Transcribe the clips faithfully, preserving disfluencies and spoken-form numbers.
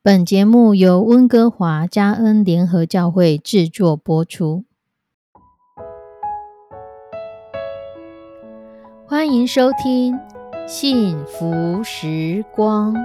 本节目由温哥华嘉恩联合教会制作播出。欢迎收听幸福时光。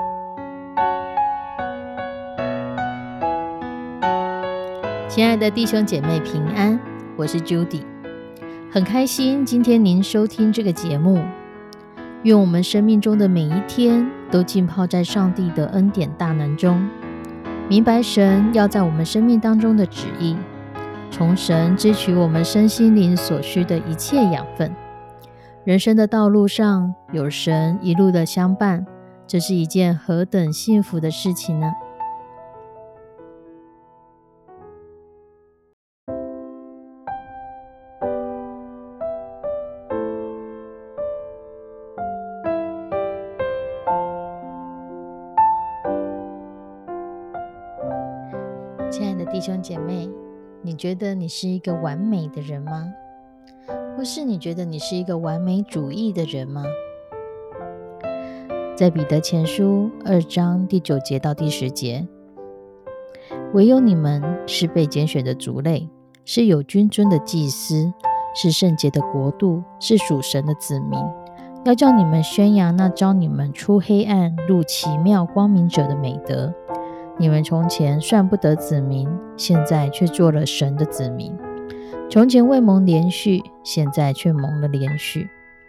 亲爱的弟兄姐妹平安，我是 Judy， 很开心今天您收听这个节目。愿我们生命中的每一天都浸泡在上帝的恩典大能中，明白神要在我们生命当中的旨意，从神支取我们身心灵所需的一切养分。人生的道路上有神一路的相伴，这是一件何等幸福的事情呢？亲爱的弟兄姐妹，你觉得你是一个完美的人吗？或是你觉得你是一个完美主义的人吗？在彼得前书二章第九节到第十节，唯有你们是被拣选的族类，是有君尊的祭司，是圣洁的国度，是属神的子民，要叫你们宣扬那召你们出黑暗入奇妙光明者的美德。你们从前算不得子民，现在却做了神的子民；从前未蒙连续，现在却蒙了连续。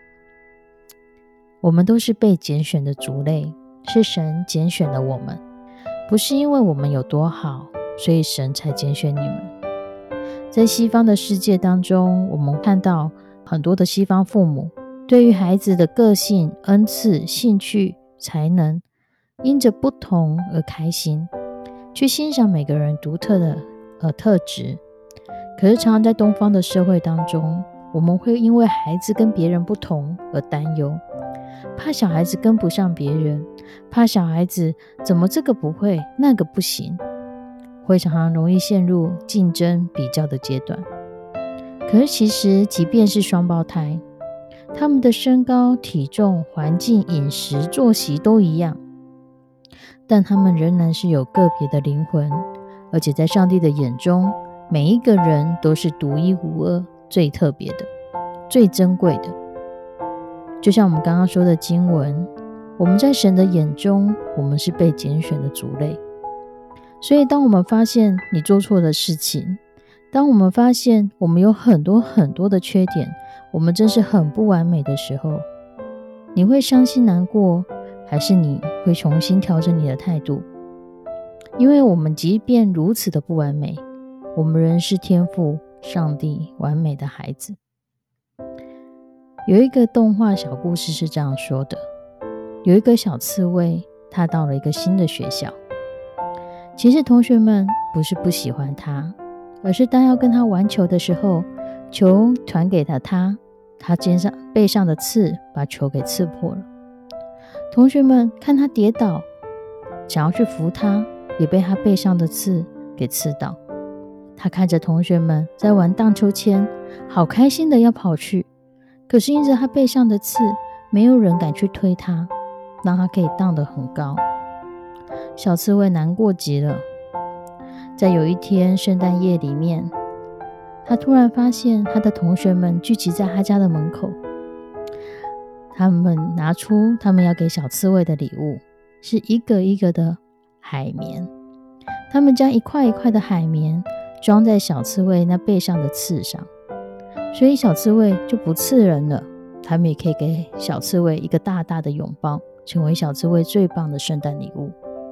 我们都是被拣选的族类，是神拣选了我们，不是因为我们有多好，所以神才拣选你们。在西方的世界当中，我们看到很多的西方父母对于孩子的个性、恩赐、兴趣、才能，因着不同而开心，去欣赏每个人独特的呃特质。可是常常在东方的社会当中，我们会因为孩子跟别人不同而担忧，怕小孩子跟不上别人，怕小孩子怎么这个不会那个不行，会常常容易陷入竞争比较的阶段。可是其实即便是双胞胎，他们的身高、体重、环境、饮食、作息都一样，但他们仍然是有个别的灵魂，而且在上帝的眼中，每一个人都是独一无二、最特别的、最珍贵的。就像我们刚刚说的经文，我们在神的眼中，我们是被拣选的族类。所以当我们发现你做错的事情，当我们发现我们有很多很多的缺点，我们真是很不完美的时候，你会伤心难过，还是你会重新调整你的态度？因为我们即便如此的不完美，我们仍是天父上帝完美的孩子。有一个动画小故事是这样说的，有一个小刺猬，他到了一个新的学校。其实同学们不是不喜欢他，而是当要跟他玩球的时候，球传给了他，他肩上背上的刺把球给刺破了。同学们看他跌倒，想要去扶他，也被他背上的刺给刺到。他看着同学们在玩荡秋千，好开心的要跑去，可是因着他背上的刺，没有人敢去推他，让他可以荡得很高。小刺猬难过极了。在有一天圣诞夜里面，他突然发现他的同学们聚集在他家的门口，他们拿出他们要给小刺猬的礼物，是一个一个的海绵。他们将一块一块的海绵装在小刺猬那背上的刺上，所以小刺猬就不刺人了。他们也可以给小刺猬一个大大的拥抱，成为小刺猬最棒的圣诞礼物。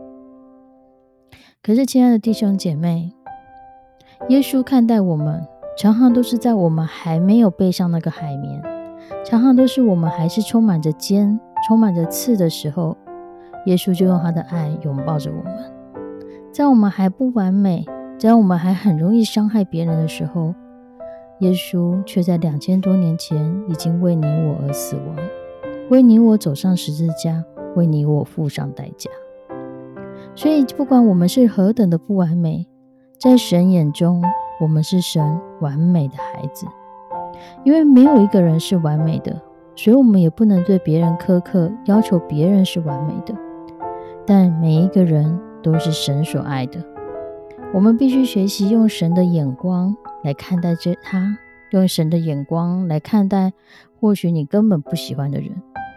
可是亲爱的弟兄姐妹，耶稣看待我们，常常都是在我们还没有背上那个海绵，常常都是我们还是充满着尖、充满着刺的时候，耶稣就用他的爱拥抱着我们。在我们还不完美，在我们还很容易伤害别人的时候，耶稣却在两千多年前已经为你我而死亡，为你我走上十字架，为你我付上代价。所以不管我们是何等的不完美，在神眼中，我们是神完美的孩子。因为没有一个人是完美的，所以我们也不能对别人苛刻，要求别人是完美的。但每一个人都是神所爱的。我们必须学习用神的眼光来看待这他，用神的眼光来看待或许你根本不喜欢的人。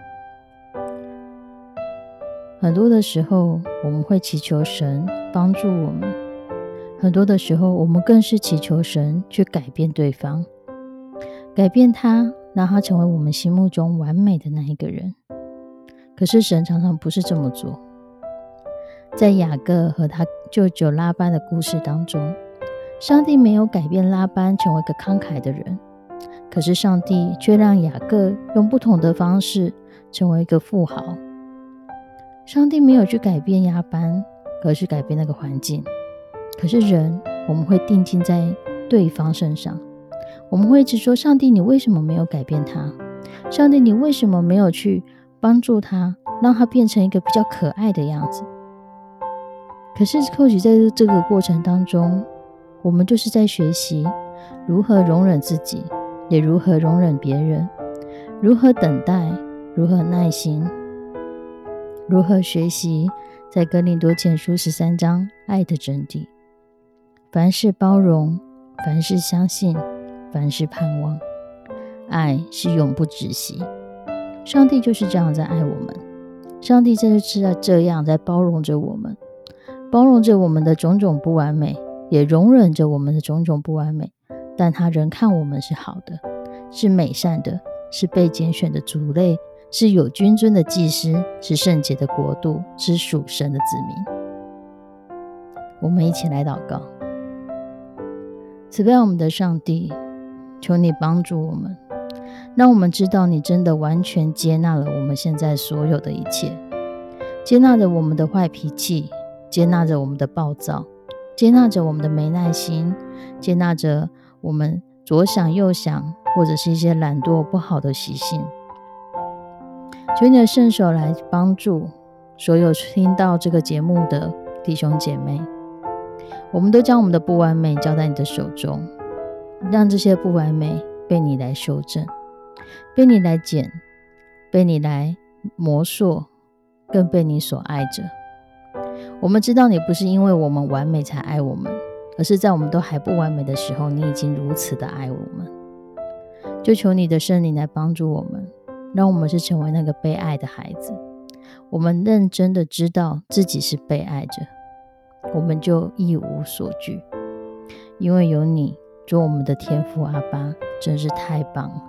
很多的时候我们会祈求神帮助我们，很多的时候我们更是祈求神去改变对方，改变他，让他成为我们心目中完美的那一个人。可是神常常不是这么做。在雅各和他舅舅拉班的故事当中，上帝没有改变拉班成为一个慷慨的人，可是上帝却让雅各用不同的方式成为一个富豪。上帝没有去改变拉班，而是改变那个环境。可是人，我们会定睛在对方身上，我们会一直说，上帝你为什么没有改变他？上帝你为什么没有去帮助他，让他变成一个比较可爱的样子？可是或许在这个过程当中，我们就是在学习如何容忍自己，也如何容忍别人，如何等待，如何耐心，如何学习在哥林多前书十三章爱的真谛。凡事包容，凡事相信，凡事盼望，爱是永不止息。上帝就是这样在爱我们，上帝就是在这样在包容着我们，包容着我们的种种不完美，也容忍着我们的种种不完美，但他仍看我们是好的，是美善的，是被拣选的族类，是有君尊的祭司，是圣洁的国度，是属神的子民。我们一起来祷告。慈悲我们的上帝，求你帮助我们，让我们知道你真的完全接纳了我们现在所有的一切，接纳着我们的坏脾气，接纳着我们的暴躁，接纳着我们的没耐心，接纳着我们左想右想，或者是一些懒惰不好的习性。求你的圣手来帮助所有听到这个节目的弟兄姐妹，我们都将我们的不完美交在你的手中，让这些不完美被你来修正，被你来剪，被你来磨塑，更被你所爱着。我们知道你不是因为我们完美才爱我们，而是在我们都还不完美的时候，你已经如此的爱我们。就求你的圣灵来帮助我们，让我们是成为那个被爱的孩子。我们认真的知道自己是被爱着，我们就一无所惧，因为有你做我们的天父阿爸，真是太棒了。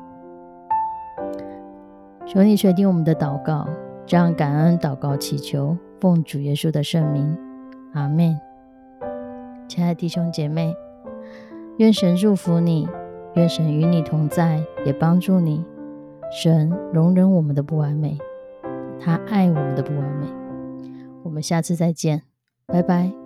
求你垂听我们的祷告，这样感恩祷告祈求，奉主耶稣的圣名，阿们。亲爱的弟兄姐妹，愿神祝福你，愿神与你同在，也帮助你。神容忍我们的不完美，他爱我们的不完美。我们下次再见，拜拜。